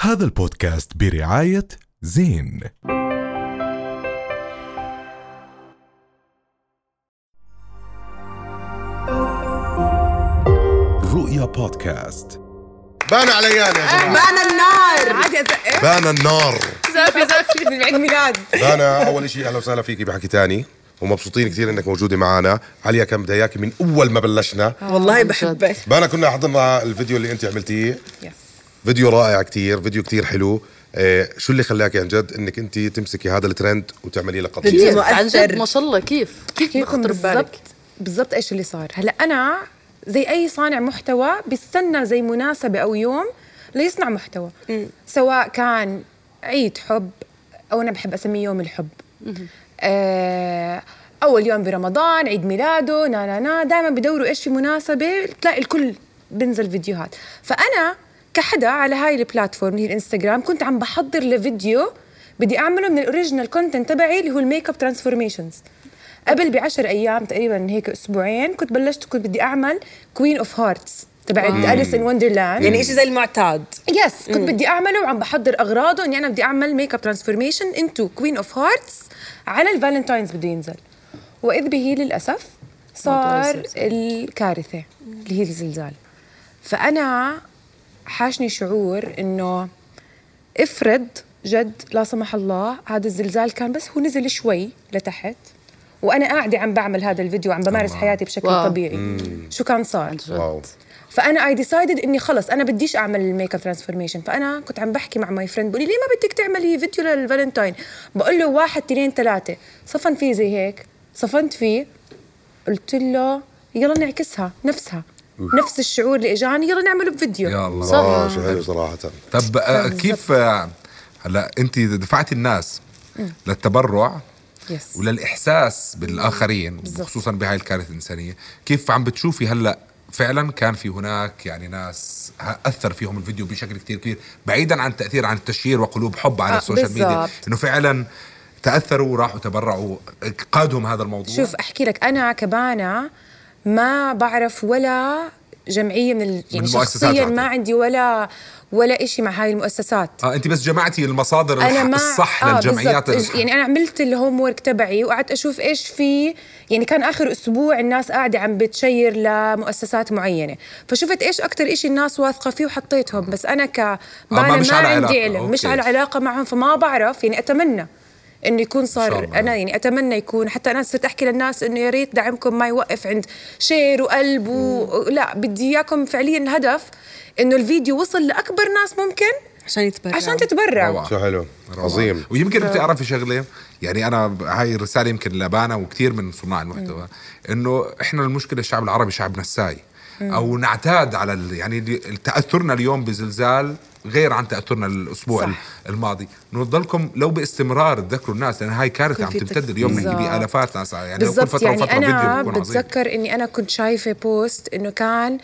هذا البودكاست برعاية زين. رؤيا بودكاست. بان عليان يا جماعة. بان النار. بان النار. زافي بعيد ميلاد. بانا أول شيء أهلا وسهلا فيكي بحكي تاني، ومبسوطين كثير إنك موجودة معنا. عليا كان بدها إياكي من أول ما بلشنا. والله بحبك. بانا كنا حضرنا الفيديو اللي أنت عملتيه. فيديو رائع كتير، فيديو كتير حلو. شو اللي خلاك عن جد إنك أنت تمسكي هذا الترند وتعملي له قضية؟ عن جد ما شاء الله. كيف بخطر ببالك؟ بالضبط إيش اللي صار هلأ؟ أنا زي أي صانع محتوى بيستنى زي مناسبة أو يوم ليصنع محتوى، سواء كان عيد حب أو أنا بحب أسميه يوم الحب، أول يوم برمضان، عيد ميلاده، دائما بدوروا إيش في مناسبة تلاقي الكل بنزل فيديوهات. فأنا كحدا على هاي البلاتفورم اللي هي الانستغرام كنت عم بحضر لفيديو بدي أعمله من الأوريجينال كونتنت تبعي اللي هو الميك اب ترانسفورميشنز. قبل ب10 أيام تقريبا هيك أسبوعين كنت بدي أعمل كوين أوف هارتس تبعت أليس إن وندرلاند، يعني إشي زي المعتاد. كنت بدي أعمله وعم بحضر أغراضه إني أنا بدي أعمل ميك اب ترانسفورميشن انتو كوين أوف هارتس على الفالنتاينز بده ينزل. وإذ به للأسف صار الكارثة اللي هي الزلزال. فأنا حاشني شعور إنه افرض جد لا سمح الله هذا الزلزال كان بس هو نزل شوي لتحت وأنا قاعدة عم بعمل هذا الفيديو وعم بمارس حياتي بشكل طبيعي، شو كان صار؟ فأنا I decided إني خلص أنا بديش أعمل الميك اب ترانسفورميشن. فأنا كنت عم بحكي مع ماي فريند بقولي ليه ما بدك تعملي فيديو للفالنتاين؟ بقول له 1 2 3 صفن فيه زي هيك، صفنت فيه قلت له يلا نعكسها نفسها نفس الشعور اللي اجاني يلا نعمله بفيديو. يا الله شو حلو صراحة. طب كيف هلا انت دفعتي الناس للتبرع وللإحساس بالآخرين خصوصا بهاي الكارثة الإنسانية، كيف عم بتشوفي هلا فعلا كان في هناك يعني ناس أثر فيهم الفيديو بشكل كتير كبير بعيدا عن التأثير عن التشهير وقلوب حب على السوشيال ميديا، إنه فعلا تأثروا وراحوا تبرعوا قادهم هذا الموضوع؟ شوف أحكي لك، أنا كبانا ما بعرف ولا جمعية من يعني شخصيا ما عندي ولا إشي مع هاي المؤسسات. أنت بس جمعتي المصادر الصح للجمعيات. يعني أنا عملت الهوم وورك تبعي وقعدت أشوف إيش في، يعني كان آخر أسبوع الناس قاعدة عم بتشير لمؤسسات معينة، فشفت إيش أكتر إشي الناس واثقة فيه وحطيتهم. بس أنا كبانا ما عندي علم، مش على علاقة معهم، فما بعرف. يعني أتمنى إنه يكون صار، أنا يعني أتمنى يكون، حتى أنا صرت أحكي للناس إنه يا ريت دعمكم ما يوقف عند شير وقلب لا بدي إياكم فعليا الهدف إنه الفيديو وصل لأكبر ناس ممكن عشان تتبرعوا. شو حلو عظيم. ويمكن بتعرفي شغلة، يعني أنا هاي الرسالة يمكن لبانا وكتير من صناع المحتوى، إنه إحنا المشكلة الشعب العربي شعب نساي، أو نعتاد على يعني تأثرنا اليوم بزلزال غير عن تأثرنا الأسبوع الماضي. نضلكم لو باستمرار تذكروا الناس، لأن هاي كارثة عم تمتد اليوم من بآلافات ناس. يعني لو كل فترة يعني وفترة أنا فيديو بتذكر إني أنا كنت شايفة بوست إنه كان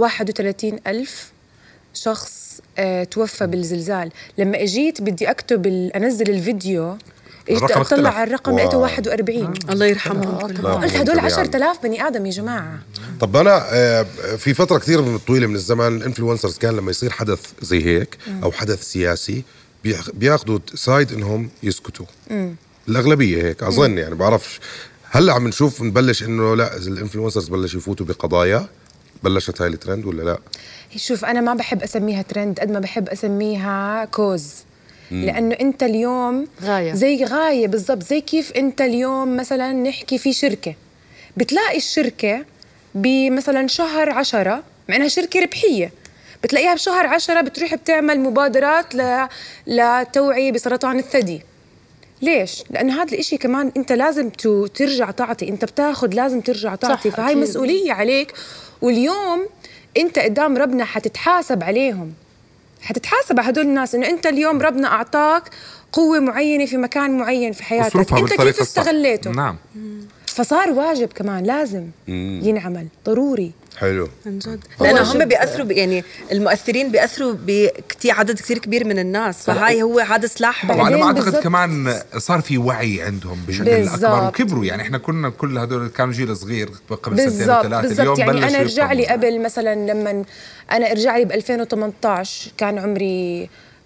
31,000 شخص توفى بالزلزال. لما اجيت بدي اكتب انزل الفيديو اجيت اطلع على الرقم لقيته 41. الله يرحمهم كلهم. قلت هدول 10,000 بني ادم يا جماعه. طب انا في فتره كثير طويله من الزمان الانفلونسرز كان لما يصير حدث زي هيك او حدث سياسي بياخذوا سايد انهم يسكتوا. الاغلبيه هيك اظن، يعني بعرفش. هلا عم نشوف نبلش انه لا الانفلونسرز بلش يفوتوا بقضايا. بلشت هاي الترند ولا لا؟ شوف أنا ما بحب أسميها ترند قد ما بحب أسميها كوز. لأنه أنت اليوم زي غاية بالضبط. زي كيف أنت اليوم مثلا نحكي في شركة، بتلاقي الشركة بمثلا شهر 10 مع أنها شركة ربحية، بتلاقيها بشهر 10 بتروح بتعمل مبادرات لتوعية بسرطان الثدي. ليش؟ لأنه هذا الإشي كمان أنت لازم ترجع تعطي، أنت بتاخد لازم ترجع تعطي، فهاي مسؤولية عليك. واليوم أنت قدام ربنا حتتحاسب عليهم، حتتحاسب على هدول الناس إنه أنت اليوم ربنا أعطاك قوة معينة في مكان معين في حياتك، أنت كيف استغليته؟ نعم. فصار واجب كمان لازم ينعمل ضروري. حلو عن جد، لأنه هم بيأثروا يعني المؤثرين بيأثروا بكتير عدد كتير كبير من الناس، فهاي هو هذا سلاح. وأنا ما أعتقد كمان صار في وعي عندهم بشكل أكبر وكبروا. يعني إحنا كنا كل هذول كانوا جيل صغير قبل 2 أو 3. اليوم يعني أنا أرجع لي قبل مثلا لما أنا أرجع لي ب 2018 كان عمري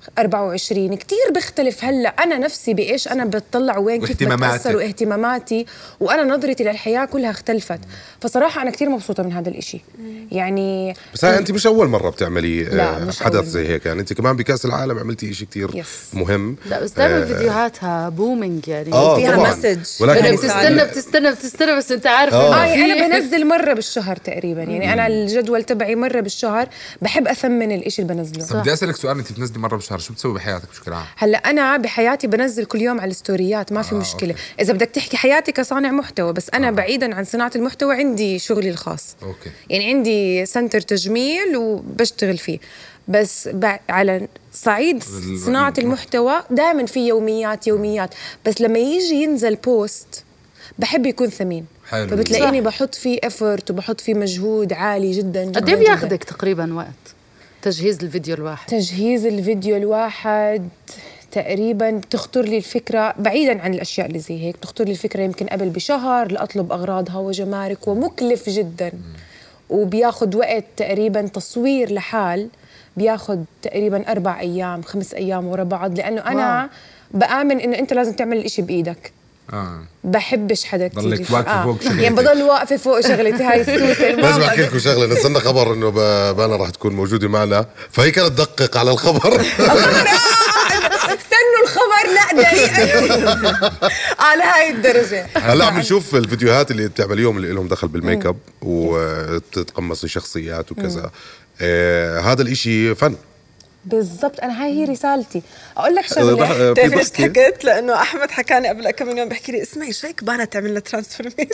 24 كتير بيختلف. هلا انا نفسي بايش انا بتطلع وين كيف بتاثر واهتماماتي وانا نظرتي للحياه كلها اختلفت. فصراحه انا كتير مبسوطه من هذا الاشي يعني. بس انت مش اول مره بتعملي حدث زي هيك يعني، انت كمان بكاس العالم عملتي اشي كتير مهم. لا بس دائما فيديوهاتها بومينج يعني فيها مسج، ولكن بتستنى بس انت عارف انا بنزل مره بالشهر تقريبا يعني انا الجدول تبعي مره بالشهر، بحب اثمن الاشي اللي بنزله. بدي اسالك سؤال، انت بتنزلي مره بالشهر، شو بتسوي بحياتك بشكل عام؟ هلا انا بحياتي بنزل كل يوم على الستوريات، ما في مشكله. أوكي. اذا بدك تحكي حياتي كصانع محتوى، بس انا بعيدا عن صناعه المحتوى عندي شغلي الخاص. أوكي. يعني عندي سنتر تجميل وبشتغل فيه، بس على صعيد صناعه المحتوى دائما في يوميات، بس لما يجي ينزل بوست بحب يكون ثمين. حلو. فبتلاقيني بحط فيه افورت وبحط فيه مجهود عالي جدا جدا. قد ايه بياخذك تقريبا وقت تجهيز الفيديو الواحد؟ تجهيز الفيديو الواحد تقريبا بتخطر لي الفكرة، بعيدا عن الأشياء اللي زي هيك، بتخطر لي الفكرة يمكن قبل بشهر لأطلب أغراضها وجمارك، ومكلف جدا وبياخد وقت تقريبا. تصوير لحال بياخد تقريبا 4 أيام 5 أيام ورا بعض، لأنه أنا بآمن إنه أنت لازم تعمل الإشي بإيدك. بحبش حدا كتير ضلك واقفة فوق شغلتي، يعني بضل واقفة فوق شغلتي. هاي السوسة. لازم أحكي لكم شغلة، نزلنا خبر إنه بانا راح تكون موجودة معنا، فهي كانت تدقق على الخبر. استنوا الخبر لا دقيقة على هاي الدرجة. هلا عم نشوف الفيديوهات اللي بتعمليهم اللي لهم دخل بالميك اب وتتقمصي شخصيات وكذا. هذا الاشي فن بالضبط. انا هاي هي رسالتي. اقول لك شغله، بتعرفي ليش حكيت؟ لانه احمد حكاني قبل كم يوم بحكي لي اسمعي شو هيك بانا تعمل لها ترانسفورميشن.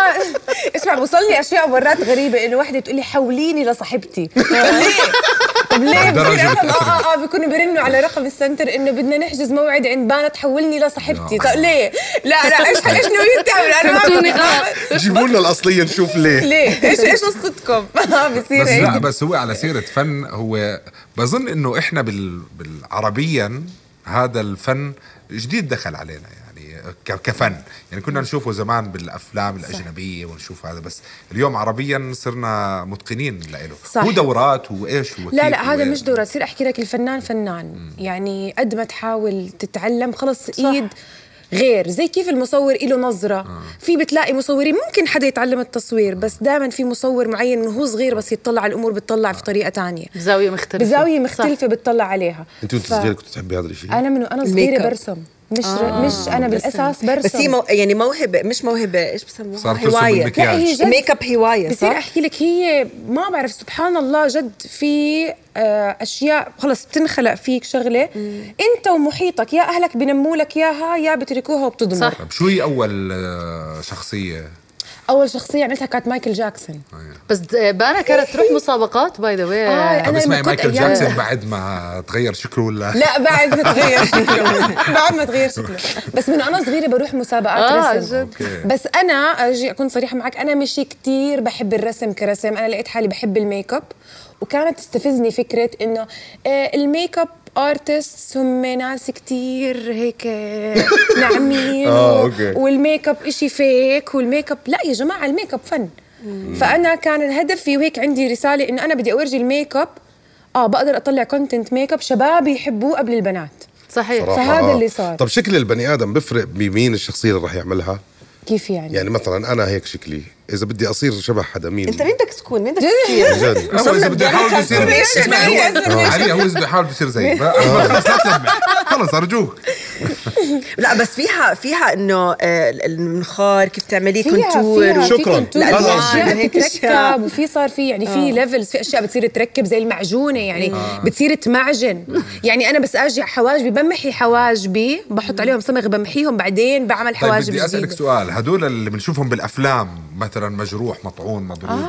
اسمع وصلني اشياء مرات غريبه، انه وحده تقول لي حوليني لصاحبتي. ليه؟ طب ليه بيكونوا بيرنوا على رقم السنتر انه بدنا نحجز موعد عند بانا تحولني لصاحبتي. طب ليه؟ لا ايش ناويين تعملوا؟ انا جيبوا لنا الاصليه نشوف ليه ايش قصتكم. بصير بس لا بس هو على سيره فن، هو بظن انه احنا بالعربيا هذا الفن جديد دخل علينا يعني كفن، يعني كنا نشوفه زمان بالافلام الاجنبيه ونشوف هذا، بس اليوم عربيا صرنا متقنين له. هو دورات وايش لا هذا مش دورات. صير احكي لك الفنان فنان. يعني قد ما تحاول تتعلم خلص ايد غير، زي كيف المصور له نظرة. في بتلاقي مصورين ممكن حدا يتعلم التصوير، بس دائما في مصور معين من هو صغير بس يتطلع على الأمور بتطلع في طريقة تانية، بزاوية مختلفة بتطلع عليها. انت وانت صغيرة كنت تحبي هذا الشيء؟ أنا من وأنا صغيرة برسم، مش أنا بالأساس برسم، بس هي يعني موهبة، مش موهبة، إيش بسموها؟ هواية. هي ميك اب هواية. بصير أحكي لك هي ما بعرف سبحان الله جد في أشياء خلص بتنخلق فيك شغلة أنت ومحيطك، يا أهلك بنمولك إياها يا بتركوها وبتضمر. شو هي أول شخصية؟ أول شخصية عملتها كانت مايكل جاكسون. بس بانا كانت تروح مسابقات باي ذا واي. أنا اسمعي مايكل جاكسون بعد ما تغير شكله ولا لا بعد ما تغير شكله بعد ما تغير شكله، بس من أنا صغيرة بروح مسابقات رسم. بس أنا أجي أكون صريحة معك، أنا مش كتير بحب الرسم كرسم. أنا لقيت حالي بحب الميك اب، وكانت تستفزني فكرة إنه الميك اب ارتست هم ناس كتير هيك ناعمين والميك اب اشي فيك، والميك اب لا يا جماعة الميك اب فن. فأنا كان هدفي وهيك عندي رسالة إنه أنا بدي أورجي الميك اب بقدر أطلع كونتنت ميك اب شباب يحبوه قبل البنات. صحيح. فهذا اللي صار. طب شكل البني آدم بفرق بمين الشخصية اللي راح يعملها؟ كيف يعني؟ يعني مثلا أنا هيك شكلي، إذا بدي أصير شبه حدا مين؟ أنت مين بدك تكون؟ مين بدك تصير؟ هو إذا بدي أحاول يصير علي، هو إذا بدي أحاول يصير زي خلص أرجوك. لا بس فيها إنه المنخار كيف تعملي كونتور. شكرا. هيك تركب، وفي صار في يعني في ليفلز، في أشياء بتصير تركب زي المعجونة يعني بتصير تمعجن. يعني أنا بس أجي حواجبي بمحي حواجبي، بحط عليهم صمغ بمحيهم، بعدين بعمل حواجب جديدة. بدي أسألك سؤال، هدول اللي بنشوفهم بالأفلام مثلا مجروح مطعون مضروب،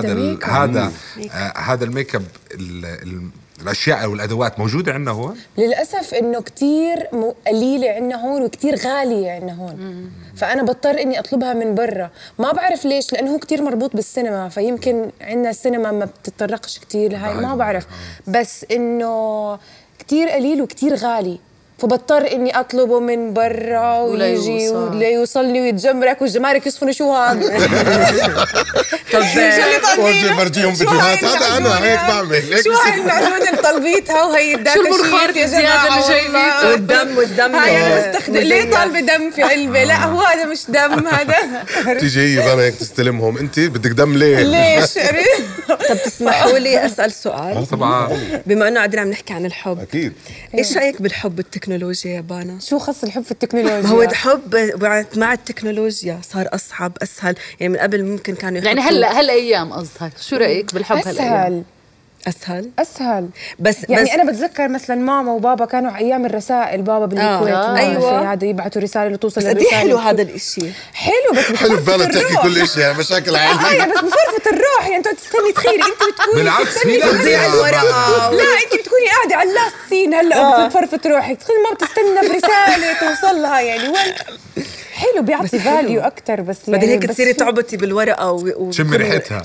هذا الميك اب الاشياء والادوات موجوده عندنا هون؟ للاسف انه كتير قليله عندنا هون وكتير غاليه عندنا هون. فانا بضطر اني اطلبها من برا، ما بعرف ليش، لانه هو كتير مربوط بالسينما، فيمكن عندنا السينما ما بتتطرقش كتير لهاي، ما بعرف. بس انه كتير قليل وكتير غالي. فبضطر اني اطلبه من برا ويجي ويوصلني ويتجمرك والجمارك يصفنوا شو هذا. طب وجه فرجيهم فيديوهات هذا انا هيك بعمل شو هاي المعجون اللي طلبيتها وهي شو المنخرط الزياده اللي جايبيته والدم هاي انا بستخدم ليه طالبه دم في علبه؟ لا هو هذا مش دم هذا. تيجي هي انا هيك تستلمهم انت بدك دم ليه؟ ليش؟ طب تسمحوا لي اسال سؤال؟ طبعا. بما انه قاعدين عم نحكي عن الحب، اكيد ايش رايك بالحب والتكنولوجيا يا بانا؟ شو خص الحب في التكنولوجيا؟ هو الحب مع التكنولوجيا صار اصعب اسهل، يعني من قبل ممكن كانوا يعني هلا ايام قصدك، شو رايك بالحب هالايام؟ اسهل بس يعني انا بتذكر مثلا ماما وبابا كانوا ايام الرسائل، بابا بالكويت ايوه هذا يبعثوا رساله لتوصل للرساله. حلو هذا الاشي، حلو بس حلو فعلا تحكي كل شيء مشاكل عائليه بس بفرفط الروح. يعني انت تستني تخيلي انت بتكوني بالعكس في تضيع الورقه لا انت بتكوني قاعده على اللاست سين هلا بتفرفط روحك، تخيلي ما بتستنى برساله توصل لها. يعني وين حلو بيعطي فاليو اكثر. بس يعني بدل هيك تصيري تعبطي بالورقه شمي ريحتها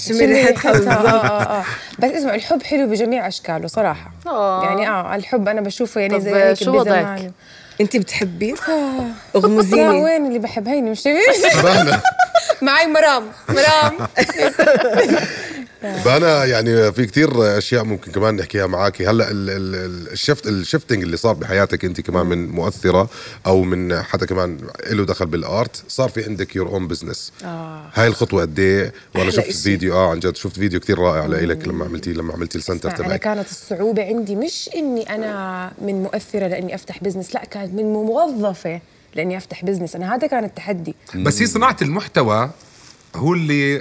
بس اسمع الحب حلو بجميع اشكاله صراحه. يعني الحب انا بشوفه يعني زي هيك شو وضعك؟ انت بتحبي؟ اغمزيني. وين اللي بحب هيني مش معي مرام فأنا يعني في كتير أشياء ممكن كمان نحكيها معاكي. هلا الشفتنج اللي صار بحياتك أنت كمان من مؤثرة أو من حدا كمان له دخل بالآرت، صار في عندك يور اون بزنس. هاي الخطوة قد إيه؟ وأنا شفت فيديو عن جد شفت فيديو كتير رائع لإلك لما عملتي السنتر تبعك. أنا كانت الصعوبة عندي مش إني أنا من مؤثرة لأني أفتح بزنس، لا كانت من موظفة لأني أفتح بزنس. أنا هذا كان التحدي. بس هي صناعة المحتوى هو اللي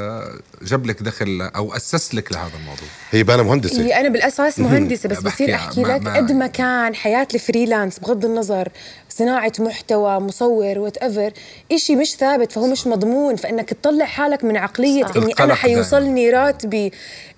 جاب لك دخل او اسس لك لهذا الموضوع. هي بانا مهندسه، هي انا بالاساس مهندسه، بس بصير احكي لك قد ما كان حياه الفريلانس بغض النظر صناعه محتوى مصور وات ايفر شيء مش ثابت، فهو مش مضمون. فانك تطلع حالك من عقليه اني انا حيوصلني راتبي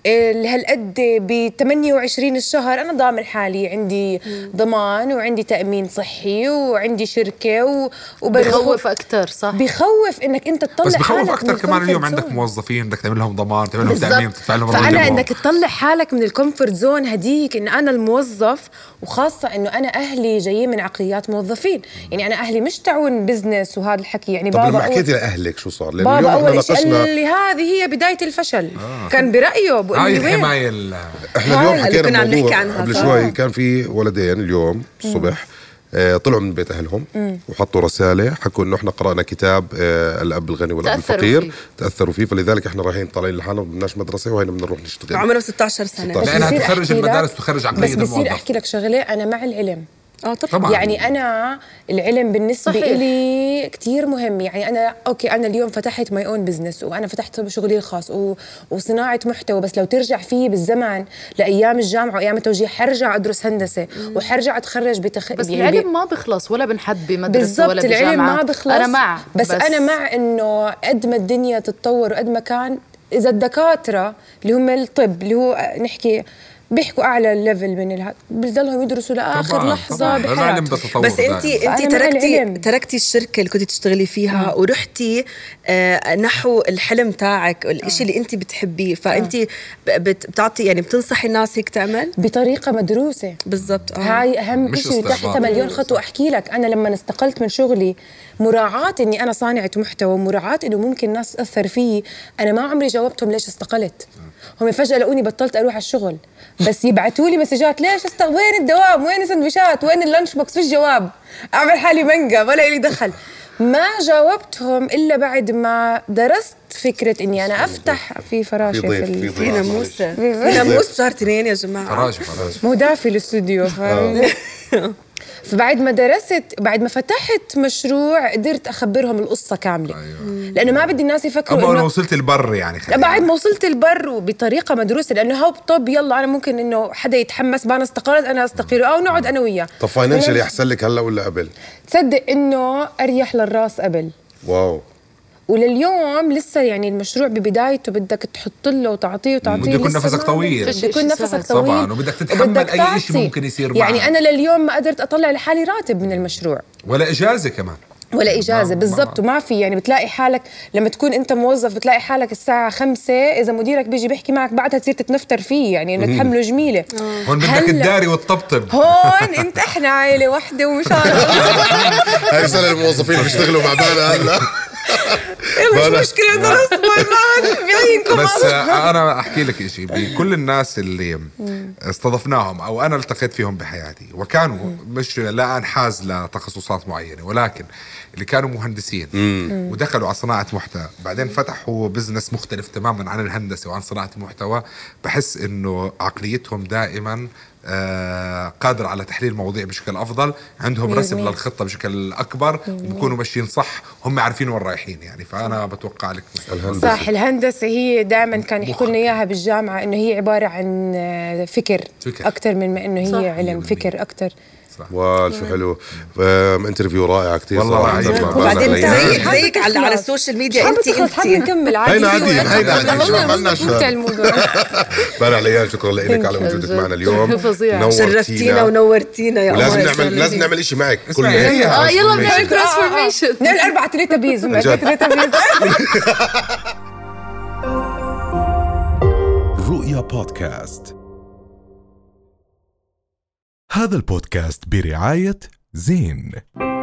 هالقد ب 28 الشهر، انا ضامن حالي، عندي ضمان وعندي تامين صحي وعندي شركه بخوف اكثر. صح بخوف انك انت تطلع بس بخوف حالك اكثر كمان. اليوم عندك موظفين بدك تعمل لهم ضمان، تعمل لهم تامين، تدفع لهم رواتب. فانا انك تطلع حالك من الكومفورت زون هديك، ان انا الموظف، وخاصه انه انا اهلي جايين من عقليات موظفين. يعني انا اهلي مش تعون بزنس وهذا الحكي. يعني بابا لما حكيتي لاهلك شو صار؟ لانه اليوم احنا ناقشنا اللي هذه هي بدايه الفشل. كان برايه هاي الحمايه. احنا اليوم حكينا الموضوع قبل شوي. كان في ولدين اليوم الصبح طلعوا من بيت أهلهم وحطوا رسالة، حكوا إنه إحنا قرأنا كتاب الأب الغني والأب الفقير، تأثروا فيه، فلذلك إحنا رايحين طالعين لحالنا بدناش مدرسة وهينا بدنا نروح نشتغل. عمره 16 سنة. لأنها تخرج المدارس تخرج عقلية الموظف. بس بصير أحكي لك شغلة، أنا مع العلم. طبعا. يعني أنا العلم بالنسبة لي كتير مهم. يعني أنا أوكي أنا اليوم فتحت ماي اون بزنس وأنا فتحت شغلي الخاص وصناعة محتوى، بس لو ترجع فيه بالزمن لأيام الجامعة وأيام التوجيه حرجع أدرس هندسة وحرجع أتخرج بس العلم ما بخلص ولا بنحد بمدرسة ولا بجامعة. العلم ما بخلص. أنا مع بس أنا مع إنه قد ما الدنيا تتطور وقد ما كان إذا الدكاترة اللي هم الطب اللي هو نحكي بيحكوا اعلى الليفل من بضلهم يدرسوا لاخر لحظه بحياتهم. بس انت تركتي الشركه اللي كنتي تشتغلي فيها ورحتي نحو الحلم تاعك، الشيء اللي انت بتحبيه. فانت بتعطي يعني بتنصحي الناس هيك تعمل بطريقه مدروسه. بالضبط. هاي اهم شيء، تحت مليون خطوه. احكي لك انا لما استقلت من شغلي، مراعاه اني انا صانعه محتوى ومراعاه انه ممكن ناس تاثر فيي، انا ما عمري جاوبتهم ليش استقلت. هم فجأة لقوني بطلت أروح على الشغل، بس يبعتوا لي مسجات ليش وين الدوام، وين السندويشات، وين اللانش بوكس، فيش جواب. أعمل حالي منقى ولا إلي دخل. ما جاوبتهم إلا بعد ما درست فكرة إني أنا أفتح في فراشة في ناموس بشهر 2 يا جماعة. فراش مو دافي الاستوديو. فبعد ما درست، بعد ما فتحت مشروع، قدرت أخبرهم القصة كاملة. لأنه ما بدي الناس يفكروا إنه وصلت البر. يعني بعد ما وصلت البر وبطريقة مدروسة، لأنه هو طب يلا أنا ممكن إنه حدا يتحمس بانا استقالت أنا أستقيل أو نقعد أنا وياه. طب فاينانشالي أحسن لك هلا ولا قبل؟ تصدق إنه أريح للراس قبل. واو. ولليوم لسه يعني المشروع ببدايته بدك تحط له وتعطيه بده يكون نفسك طويل. بده يكون نفسك طويل طبعا، وبدك تتحمل أي شيء ممكن يصير معك. يعني أنا لليوم ما قدرت أطلع لحالي راتب من المشروع ولا إجازة كمان. ولا إجازة بالضبط. وما في يعني بتلاقي حالك لما تكون أنت موظف بتلاقي حالك الساعة 5 إذا مديرك بيجي بيحكي معك بعدها تصير تتنفتر فيه يعني إنه تحمله جميلة. هون بدك الداري والطبطب. هون أنت إحنا عائلة واحدة ومش عارف. هاي رسالة الموظفين بيشتغلوا مع بعض هلا. مش مشكلة بدنا نصبر بعينكم. بس أنا أحكي لك إشي، بكل الناس اللي استضفناهم أو أنا التقيت فيهم بحياتي وكانوا مش لا أنحاز لتخصصات معينة، ولكن اللي كانوا مهندسين ودخلوا على صناعة محتوى بعدين فتحوا بزنس مختلف تماما عن الهندسة وعن صناعة المحتوى، بحس إنه عقليتهم دائما قادر على تحليل المواضيع بشكل أفضل، عندهم رسم للخطة بشكل أكبر، بيكونوا ماشيين صح، هم عارفين وين رايحين يعني. فأنا بتوقع لك صح. الهندسة هي دائما كان يحكوا لنا إياها بالجامعة إنه هي عبارة عن فكر أكتر من ما إنه هي علم، فكر أكتر. شو حلو. انترفيو رائع كتير صراحة. وبعدين زيك على السوشيال ميديا انت نكمل عادي. هينا عادي شو عملنا شو الموضوع. بارع ليان، شكرا لك على وجودك معنا اليوم. شرفتينا ونورتينا يا قمر. لازم نعمل إشي معك كل يلا بنعمل ترانسفورميشن. نعمل 4 بيز. رؤيا بودكاست. هذا البودكاست برعاية زين.